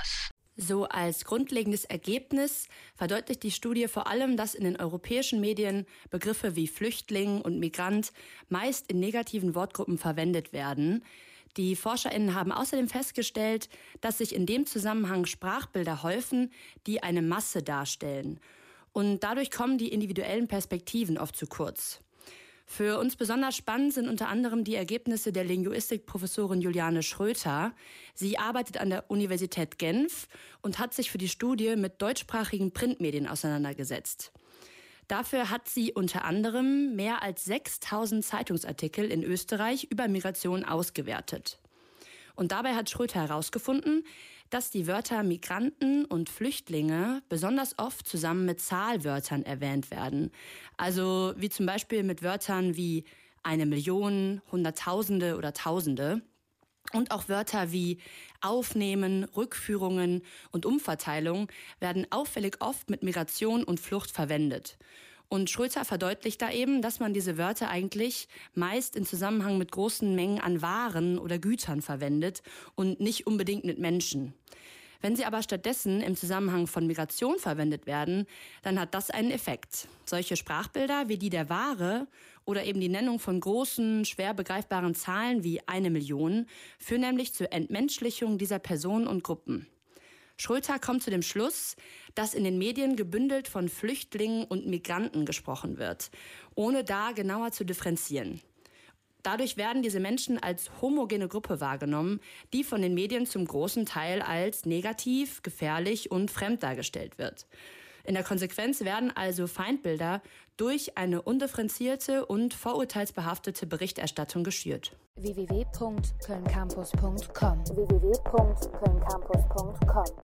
So als grundlegendes Ergebnis verdeutlicht die Studie vor allem, dass in den europäischen Medien Begriffe wie Flüchtling und Migrant meist in negativen Wortgruppen verwendet werden. Die ForscherInnen haben außerdem festgestellt, dass sich in dem Zusammenhang Sprachbilder häufen, die eine Masse darstellen. Und dadurch kommen die individuellen Perspektiven oft zu kurz. Für uns besonders spannend sind unter anderem die Ergebnisse der Linguistikprofessorin Juliane Schröter. Sie arbeitet an der Universität Genf und hat sich für die Studie mit deutschsprachigen Printmedien auseinandergesetzt. Dafür hat sie unter anderem mehr als 6.000 Zeitungsartikel in Österreich über Migration ausgewertet. Und dabei hat Schröter herausgefunden, dass die Wörter Migranten und Flüchtlinge besonders oft zusammen mit Zahlwörtern erwähnt werden. Also wie zum Beispiel mit Wörtern wie 1 Million, Hunderttausende oder Tausende. Und auch Wörter wie Aufnehmen, Rückführungen und Umverteilung werden auffällig oft mit Migration und Flucht verwendet. Und Schröter verdeutlicht da eben, dass man diese Wörter eigentlich meist in Zusammenhang mit großen Mengen an Waren oder Gütern verwendet und nicht unbedingt mit Menschen. Wenn sie aber stattdessen im Zusammenhang von Migration verwendet werden, dann hat das einen Effekt. Solche Sprachbilder wie die der Ware oder eben die Nennung von großen, schwer begreifbaren Zahlen wie 1 Million führen nämlich zur Entmenschlichung dieser Personen und Gruppen. Schröter kommt zu dem Schluss, dass in den Medien gebündelt von Flüchtlingen und Migranten gesprochen wird, ohne da genauer zu differenzieren. Dadurch werden diese Menschen als homogene Gruppe wahrgenommen, die von den Medien zum großen Teil als negativ, gefährlich und fremd dargestellt wird. In der Konsequenz werden also Feindbilder durch eine undifferenzierte und vorurteilsbehaftete Berichterstattung geschürt. www.kölncampus.com